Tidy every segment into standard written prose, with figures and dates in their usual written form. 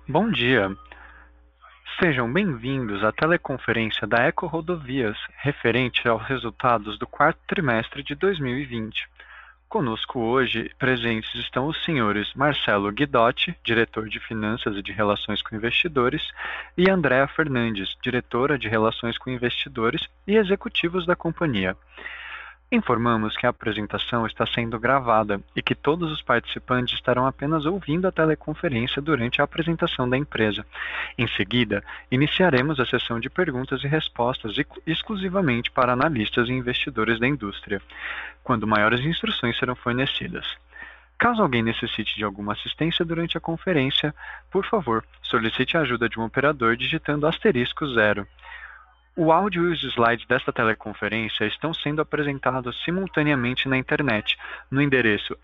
Bom dia, sejam bem-vindos à teleconferência da EcoRodovias, referente aos resultados do quarto trimestre de 2020. Conosco hoje presentes estão os senhores Marcelo Guidotti, diretor de Finanças e de Relações com Investidores, e Andréa Fernandes, diretora de Relações com Investidores e executivos da companhia. Informamos que a apresentação está sendo gravada e que todos os participantes estarão apenas ouvindo a teleconferência durante a apresentação da empresa. Em seguida, iniciaremos a sessão de perguntas e respostas exclusivamente para analistas e investidores da indústria, quando maiores instruções serão fornecidas. Caso alguém necessite de alguma assistência durante a conferência, por favor, solicite a ajuda de um operador digitando *0. O áudio e os slides desta teleconferência estão sendo apresentados simultaneamente na internet, no endereço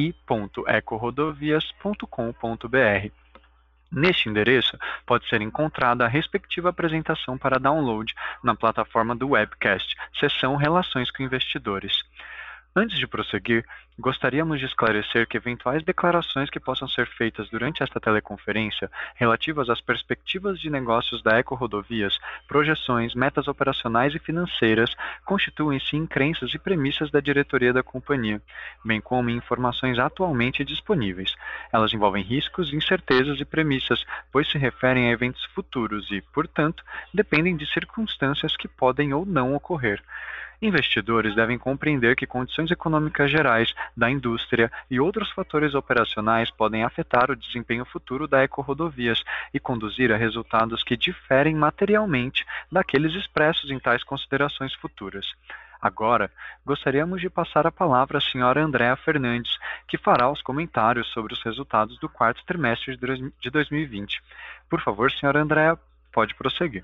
ri.ecorodovias.com.br. Neste endereço, pode ser encontrada a respectiva apresentação para download na plataforma do webcast, seção Relações com Investidores. Antes de prosseguir, gostaríamos de esclarecer que eventuais declarações que possam ser feitas durante esta teleconferência relativas às perspectivas de negócios da EcoRodovias, projeções, metas operacionais e financeiras constituem-se em crenças e premissas da diretoria da companhia, bem como em informações atualmente disponíveis. Elas envolvem riscos, incertezas e premissas, pois se referem a eventos futuros e, portanto, dependem de circunstâncias que podem ou não ocorrer. Investidores devem compreender que condições econômicas gerais da indústria e outros fatores operacionais podem afetar o desempenho futuro da EcoRodovias e conduzir a resultados que diferem materialmente daqueles expressos em tais considerações futuras. Agora, gostaríamos de passar a palavra à senhora Andréa Fernandes, que fará os comentários sobre os resultados do quarto trimestre de 2020. Por favor, senhora Andréa, pode prosseguir.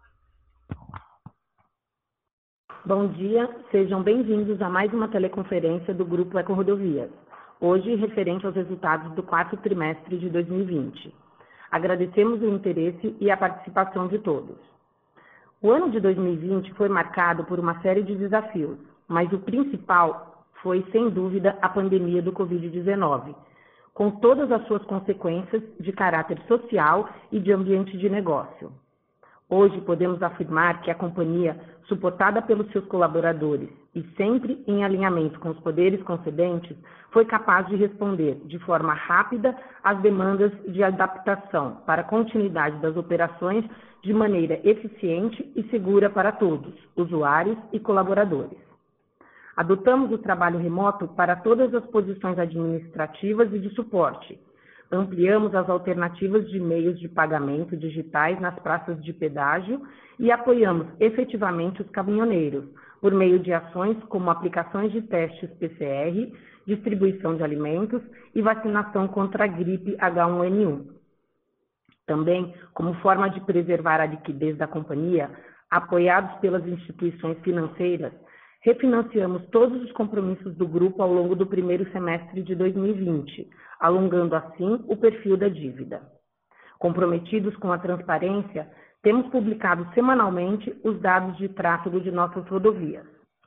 Bom dia, sejam bem-vindos a mais uma teleconferência do Grupo EcoRodovias, hoje referente aos resultados do quarto trimestre de 2020. Agradecemos o interesse e a participação de todos. O ano de 2020 foi marcado por uma série de desafios, mas o principal foi, sem dúvida, a pandemia do Covid-19, com todas as suas consequências de caráter social e de ambiente de negócio. Hoje podemos afirmar que a companhia, suportada pelos seus colaboradores e sempre em alinhamento com os poderes concedentes, foi capaz de responder de forma rápida às demandas de adaptação para a continuidade das operações de maneira eficiente e segura para todos, usuários e colaboradores. Adotamos o trabalho remoto para todas as posições administrativas e de suporte. Ampliamos as alternativas de meios de pagamento digitais nas praças de pedágio e apoiamos efetivamente os caminhoneiros, por meio de ações como aplicações de testes PCR, distribuição de alimentos e vacinação contra a gripe H1N1. Também, como forma de preservar a liquidez da companhia, apoiados pelas instituições financeiras, refinanciamos todos os compromissos do grupo ao longo do primeiro semestre de 2020, alongando assim o perfil da dívida. Comprometidos com a transparência, temos publicado semanalmente os dados de tráfego de nossas rodovias.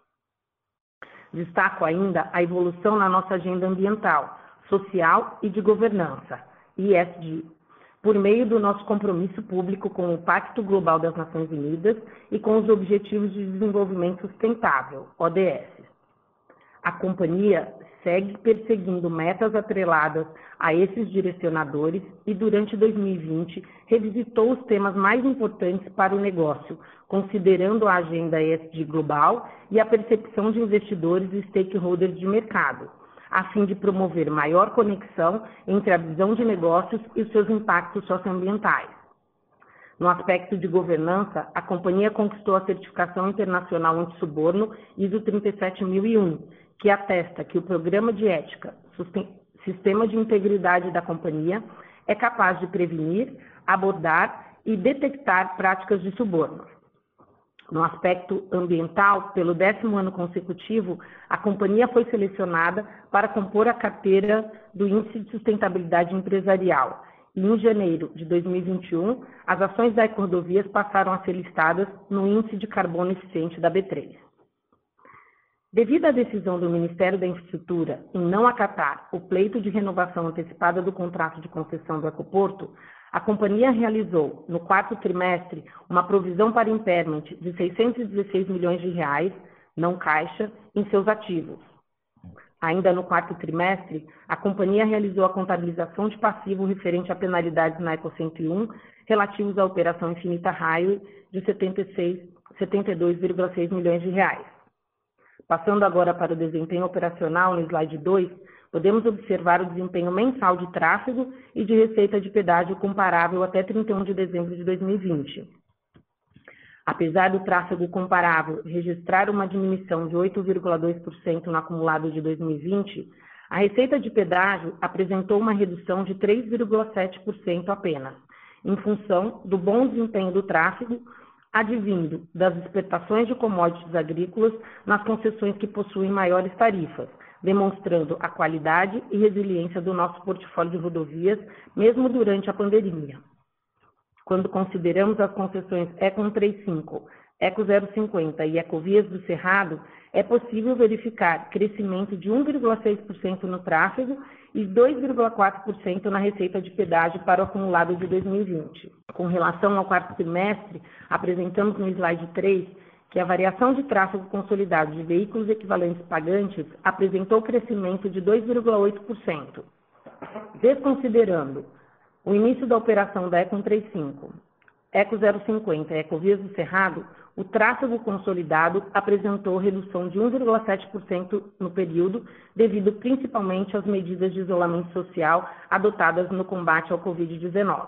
Destaco ainda a evolução na nossa agenda ambiental, social e de governança, ESG, por meio do nosso compromisso público com o Pacto Global das Nações Unidas e com os Objetivos de Desenvolvimento Sustentável, ODS. A companhia segue perseguindo metas atreladas a esses direcionadores e, durante 2020, revisitou os temas mais importantes para o negócio, considerando a agenda ESG global e a percepção de investidores e stakeholders de mercado, a fim de promover maior conexão entre a visão de negócios e os seus impactos socioambientais. No aspecto de governança, a companhia conquistou a certificação internacional anti-suborno ISO 37001, que atesta que o programa de ética, sistema de integridade da companhia, é capaz de prevenir, abordar e detectar práticas de suborno. No aspecto ambiental, pelo 10º ano consecutivo, a companhia foi selecionada para compor a carteira do Índice de Sustentabilidade Empresarial. E, em janeiro de 2021, as ações da EcoRodovias passaram a ser listadas no Índice de Carbono Eficiente da B3. Devido à decisão do Ministério da Infraestrutura em não acatar o pleito de renovação antecipada do contrato de concessão do Ecoporto, A companhia realizou, no quarto trimestre, uma provisão para impairment de R$ 616 milhões, não caixa, em seus ativos. Ainda no quarto trimestre, a companhia realizou a contabilização de passivo referente a penalidades na Eco 101 relativos à Operação Infinita Highway de R$ 72,6 milhões. Passando agora para o desempenho operacional, no slide 2, podemos observar o desempenho mensal de tráfego e de receita de pedágio comparável até 31 de dezembro de 2020. Apesar do tráfego comparável registrar uma diminuição de 8,2% no acumulado de 2020, a receita de pedágio apresentou uma redução de 3,7% apenas, em função do bom desempenho do tráfego, advindo das exportações de commodities agrícolas nas concessões que possuem maiores tarifas, demonstrando a qualidade e resiliência do nosso portfólio de rodovias, mesmo durante a pandemia. Quando consideramos as concessões Eco 135, Eco 050 e Ecovias do Cerrado, é possível verificar crescimento de 1,6% no tráfego e 2,4% na receita de pedágio para o acumulado de 2020. Com relação ao quarto trimestre, apresentamos no slide 3 que a variação de tráfego consolidado de veículos equivalentes pagantes apresentou crescimento de 2,8%. Desconsiderando o início da operação da Eco 135, Eco 050 e Ecovias do Cerrado, o tráfego consolidado apresentou redução de 1,7% no período, devido principalmente às medidas de isolamento social adotadas no combate ao Covid-19.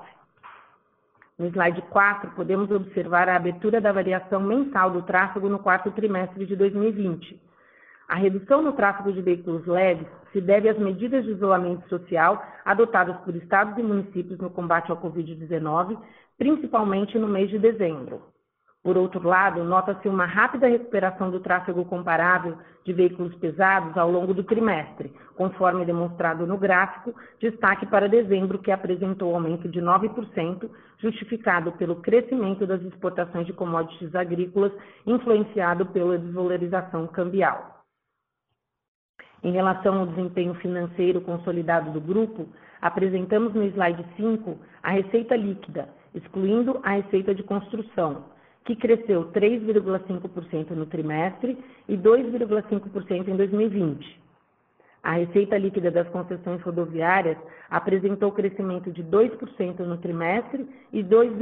No slide 4, podemos observar a abertura da variação mensal do tráfego no quarto trimestre de 2020. A redução no tráfego de veículos leves se deve às medidas de isolamento social adotadas por estados e municípios no combate ao Covid-19, principalmente no mês de dezembro. Por outro lado, nota-se uma rápida recuperação do tráfego comparável de veículos pesados ao longo do trimestre, conforme demonstrado no gráfico, destaque para dezembro, que apresentou aumento de 9%, justificado pelo crescimento das exportações de commodities agrícolas, influenciado pela desvalorização cambial. Em relação ao desempenho financeiro consolidado do grupo, apresentamos no slide 5 a receita líquida, excluindo a receita de construção, que cresceu 3,5% no trimestre e 2,5% em 2020. A receita líquida das concessões rodoviárias apresentou crescimento de 2% no trimestre e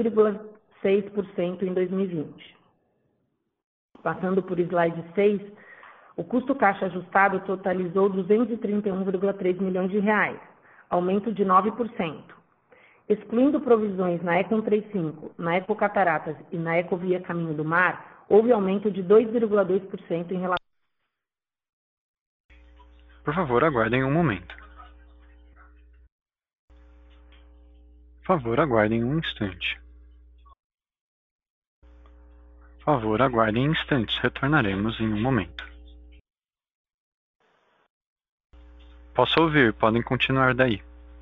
2,6% em 2020. Passando por slide 6, o custo caixa ajustado totalizou R$ 231,3 milhões, aumento de 9%. Excluindo provisões na Eco 135, na Eco Cataratas e na Ecovia Caminho do Mar, houve aumento de 2,2% em relação... Por favor, aguardem um momento. Por favor, aguardem um instante. Por favor, aguardem instantes. Retornaremos em um momento. Posso ouvir, podem continuar daí.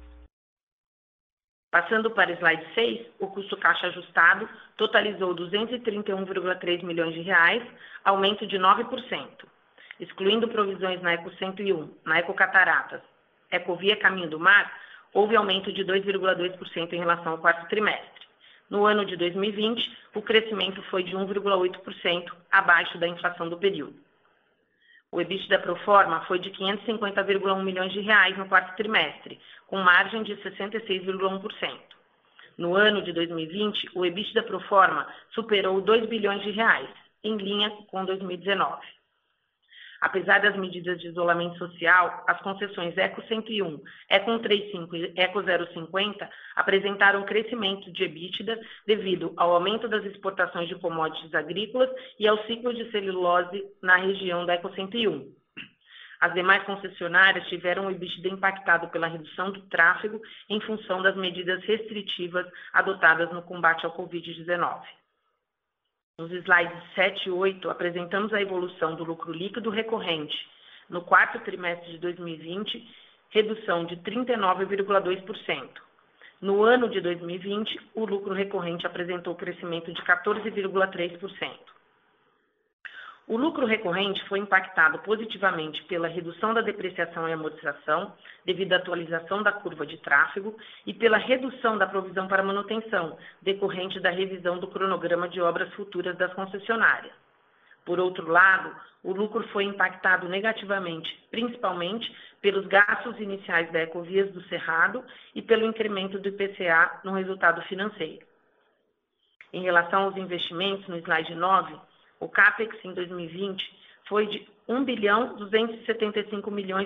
Passando para o slide 6, o custo caixa ajustado totalizou R$ 231,3 milhões, aumento de 9%. Excluindo provisões na Eco 101, na Eco Cataratas, Ecovia Caminho do Mar, houve aumento de 2,2% em relação ao quarto trimestre. No ano de 2020, o crescimento foi de 1,8%, abaixo da inflação do período. O EBITDA pro forma foi de R$ 550,1 milhões no quarto trimestre, com margem de 66,1%. No ano de 2020, o EBITDA pro forma superou R$ 2 bilhões, em linha com 2019. Apesar das medidas de isolamento social, as concessões Eco 101, Eco 135 e Eco 050 apresentaram crescimento de EBITDA devido ao aumento das exportações de commodities agrícolas e ao ciclo de celulose na região da Eco 101. As demais concessionárias tiveram o EBITDA impactado pela redução do tráfego em função das medidas restritivas adotadas no combate ao Covid-19. Nos slides 7 e 8, apresentamos a evolução do lucro líquido recorrente no quarto trimestre de 2020, redução de 39,2%. No ano de 2020, o lucro recorrente apresentou crescimento de 14,3%. O lucro recorrente foi impactado positivamente pela redução da depreciação e amortização, devido à atualização da curva de tráfego, e pela redução da provisão para manutenção, decorrente da revisão do cronograma de obras futuras das concessionárias. Por outro lado, o lucro foi impactado negativamente, principalmente pelos gastos iniciais da Ecovias do Cerrado e pelo incremento do IPCA no resultado financeiro. Em relação aos investimentos, no slide 9, o CAPEX em 2020 foi de R$ 1.275 bilhões,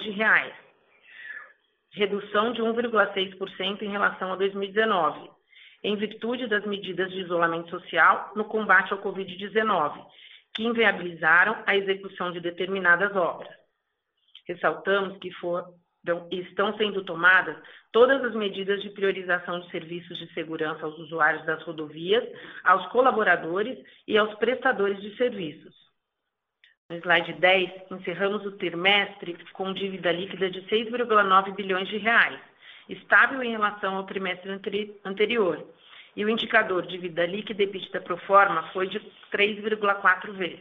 redução de 1,6% em relação a 2019, em virtude das medidas de isolamento social no combate ao Covid-19, que inviabilizaram a execução de determinadas obras. Ressaltamos que estão sendo tomadas todas as medidas de priorização de serviços de segurança aos usuários das rodovias, aos colaboradores e aos prestadores de serviços. No slide 10, encerramos o trimestre com dívida líquida de R$ 6,9 bilhões, estável em relação ao trimestre anterior, e o indicador de dívida líquida e EBITDA pro forma foi de 3,4 vezes.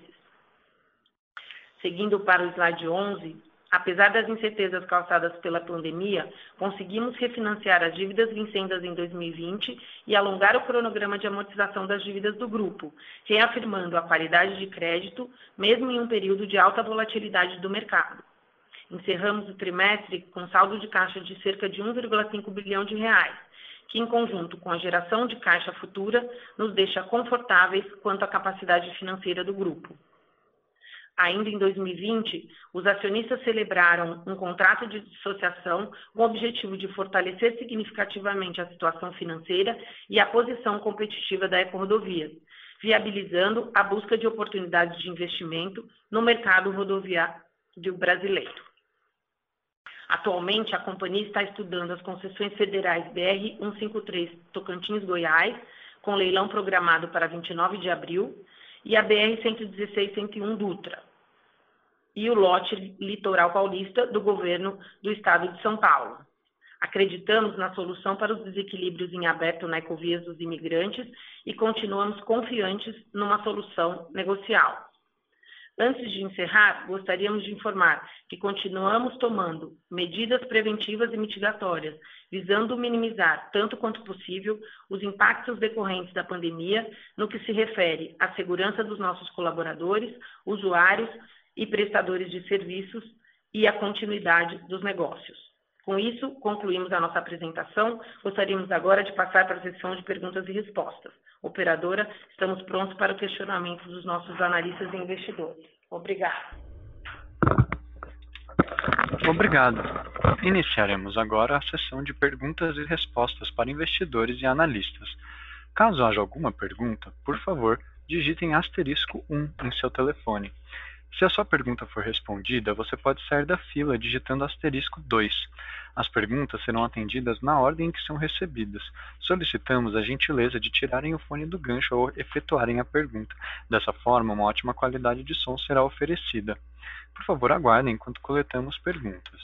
Seguindo para o slide 11, apesar das incertezas causadas pela pandemia, conseguimos refinanciar as dívidas vincendas em 2020 e alongar o cronograma de amortização das dívidas do grupo, reafirmando a qualidade de crédito, mesmo em um período de alta volatilidade do mercado. Encerramos o trimestre com saldo de caixa de cerca de R$ 1,5 bilhão, que, em conjunto com a geração de caixa futura, nos deixa confortáveis quanto à capacidade financeira do grupo. Ainda em 2020, os acionistas celebraram um contrato de dissociação com o objetivo de fortalecer significativamente a situação financeira e a posição competitiva da EcoRodovias, viabilizando a busca de oportunidades de investimento no mercado rodoviário brasileiro. Atualmente, a companhia está estudando as concessões federais BR-153 Tocantins-Goiás, com leilão programado para 29 de abril, e a BR-116-101 Dutra, e o lote litoral paulista do governo do estado de São Paulo. Acreditamos na solução para os desequilíbrios em aberto na Ecovias dos imigrantes e continuamos confiantes numa solução negocial. Antes de encerrar, gostaríamos de informar que continuamos tomando medidas preventivas e mitigatórias, visando minimizar, tanto quanto possível, os impactos decorrentes da pandemia no que se refere à segurança dos nossos colaboradores, usuários e prestadores de serviços e à continuidade dos negócios. Com isso, concluímos a nossa apresentação. Gostaríamos agora de passar para a sessão de perguntas e respostas. Operadora, estamos prontos para o questionamento dos nossos analistas e investidores. Obrigada. Obrigado. Iniciaremos agora a sessão de perguntas e respostas para investidores e analistas. Caso haja alguma pergunta, por favor, digitem *1 em seu telefone. Se a sua pergunta for respondida, você pode sair da fila digitando *2. As perguntas serão atendidas na ordem em que são recebidas. Solicitamos a gentileza de tirarem o fone do gancho ao efetuarem a pergunta. Dessa forma, uma ótima qualidade de som será oferecida. Por favor, aguardem enquanto coletamos perguntas.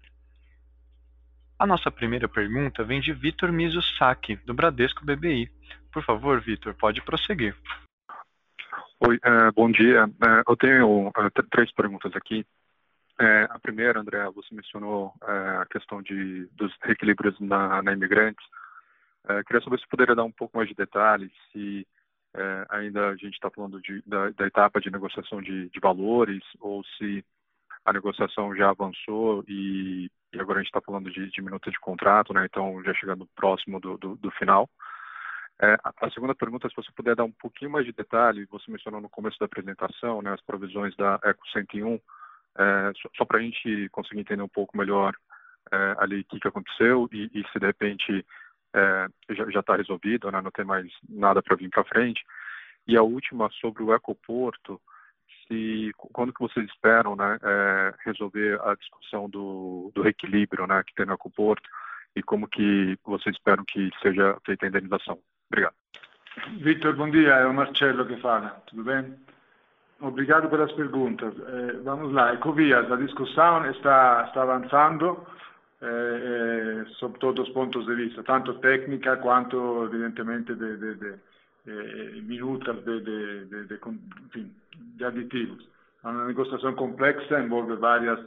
A nossa primeira pergunta vem de Vitor Mizusaki, do Bradesco BBI. Por favor, Vitor, pode prosseguir. Oi, bom dia. Eu tenho 3 perguntas aqui. A primeira, André, você mencionou a questão dos reequilíbrios na Imigrantes. Queria saber se poderia dar um pouco mais de detalhes, se ainda a gente está falando da etapa de negociação de valores, ou se a negociação já avançou e agora a gente está falando de minuta de contrato, né? Então já chegando próximo do final. A segunda pergunta, se você puder dar um pouquinho mais de detalhe, você mencionou no começo da apresentação, né, as provisões da Eco 101, só para a gente conseguir entender um pouco melhor ali o que aconteceu e se de repente já está resolvido, né, não tem mais nada para vir para frente. E a última, sobre o Ecoporto, quando que vocês esperam, né, resolver a discussão do reequilíbrio, né, que tem no Ecoporto, e como que vocês esperam que seja feita a indenização? Obrigado. Vitor, bom dia, é o Marcelo que fala, tudo bem? Obrigado pelas perguntas. Vamos lá, Ecovias, a discussão está avançando sob todos os pontos de vista, tanto técnica quanto, evidentemente, de minutas de aditivos. uma negociação complexa, envolve vários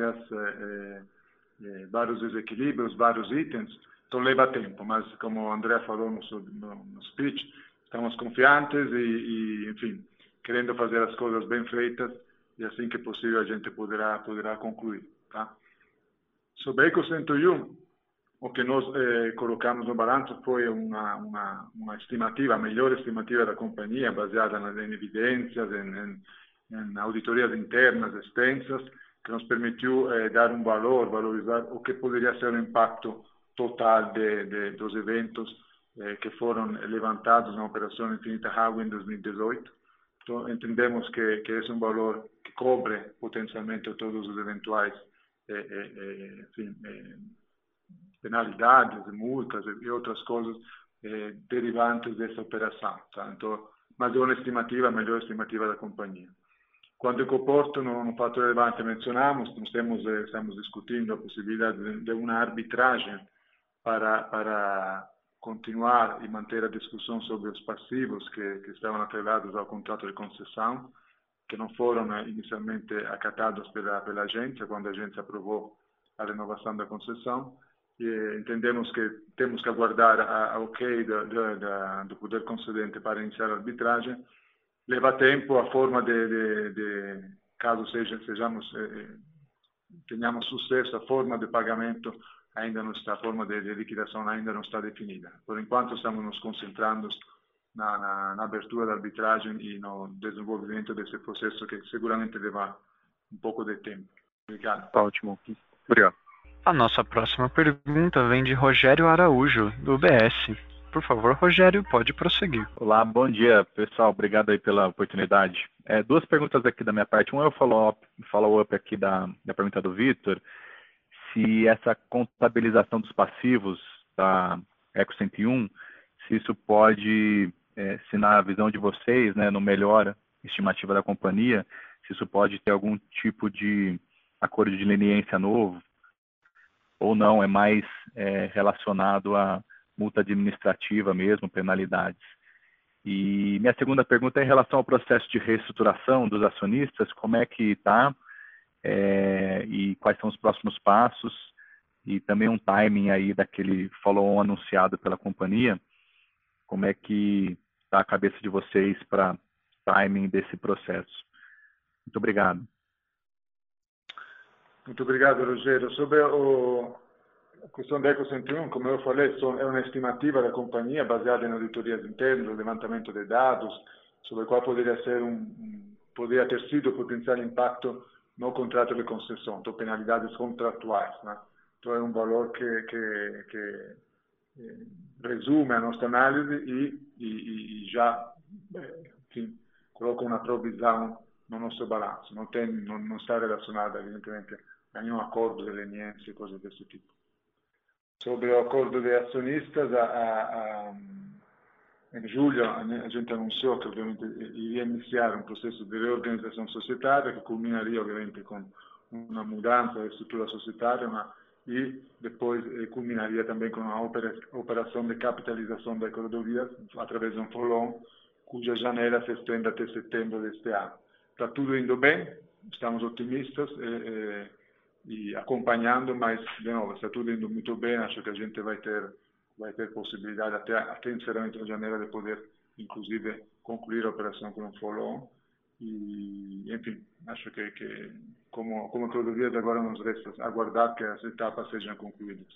desequilíbrios, vários itens, então leva tempo, mas como o André falou no speech, estamos confiantes e, enfim, querendo fazer as coisas bem feitas e assim que possível a gente poderá concluir. Tá? Sobre Eco 101, o que nós colocamos no balanço foi uma estimativa, a melhor estimativa da companhia, baseada em evidências, em auditorias internas extensas, que nos permitiu dar valorizar o que poderia ser o impacto total dos eventos que foram levantados na Operação Infinita Água em 2018. Então, entendemos que é um valor que cobre potencialmente todos os eventuais penalidades, multas e outras coisas derivantes dessa operação. Tá? Então, mas é uma estimativa, a melhor estimativa da companhia. Quanto ao Ecoporto, no fato relevante mencionamos, estamos discutindo a possibilidade de uma arbitragem para continuar e manter a discussão sobre os passivos que estavam atrelados ao contrato de concessão, que não foram inicialmente acatados pela agência, quando a agência aprovou a renovação da concessão. E entendemos que temos que aguardar a ok do poder concedente para iniciar a arbitragem. Leva tempo, a forma caso tenhamos sucesso, a forma de pagamento ainda não está, a forma de liquidação ainda não está definida. Por enquanto, estamos nos concentrando na abertura da arbitragem e no desenvolvimento desse processo que seguramente levar um pouco de tempo. Obrigado. Tá ótimo. Obrigado. A nossa próxima pergunta vem de Rogério Araújo, do UBS. Por favor, Rogério, pode prosseguir. Olá, bom dia, pessoal. Obrigado aí pela oportunidade. Duas perguntas aqui da minha parte. Uma é o follow-up aqui da pergunta do Vitor. Se essa contabilização dos passivos da Eco 101, se isso pode, se na visão de vocês, né, no melhor estimativa da companhia, se isso pode ter algum tipo de acordo de leniência novo, ou não, é mais relacionado a multa administrativa mesmo, penalidades. E minha segunda pergunta é em relação ao processo de reestruturação dos acionistas, como é que está e quais são os próximos passos, e também um timing aí daquele follow-on anunciado pela companhia, como é que está a cabeça de vocês para timing desse processo. Muito obrigado. Muito obrigado, Rogério. Sobre a questão da Eco 101, como eu falei, é uma estimativa da companhia baseada em auditorias internas, levantamento de dados, sobre o qual poderia ter sido o potencial impacto no contrato de concessão, então penalidades contratuais. Né? Então é um valor que resume a nossa análise e já enfim, coloca uma provisão no nosso balanço. Não está relacionada, evidentemente, a nenhum acordo de leniência e coisas desse tipo. Sobre o acordo de acionistas, em julho a gente anunciou que obviamente iria iniciar um processo de reorganização societária que culminaria obviamente com uma mudança da estrutura societária e depois culminaria também com uma operação de capitalização da Ecorodovia através de um follow-on cuja janela se estende até setembro deste ano. Está tudo indo bem, estamos otimistas e acompanhando, mas, de novo, está tudo indo muito bem, acho que a gente vai ter possibilidade até encerramento da janela de poder, inclusive, concluir a operação com um follow-on. E, enfim, acho que como rodovias agora nos resta aguardar que as etapas sejam concluídas.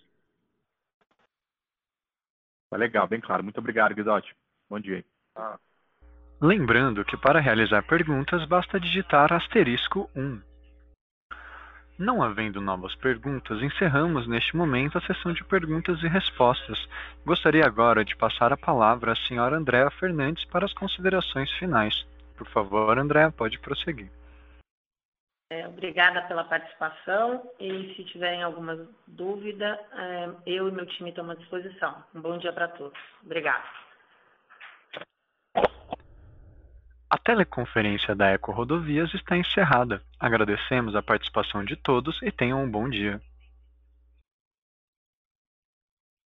Tá legal, bem claro. Muito obrigado, Guidotti. Bom dia. Lembrando que para realizar perguntas basta digitar *1. Não havendo novas perguntas, encerramos neste momento a sessão de perguntas e respostas. Gostaria agora de passar a palavra à senhora Andréa Fernandes para as considerações finais. Por favor, Andréa, pode prosseguir. Obrigada pela participação e se tiverem alguma dúvida, eu e meu time estamos à disposição. Um bom dia para todos. Obrigada. A teleconferência da Eco Rodovias está encerrada. Agradecemos a participação de todos e tenham um bom dia.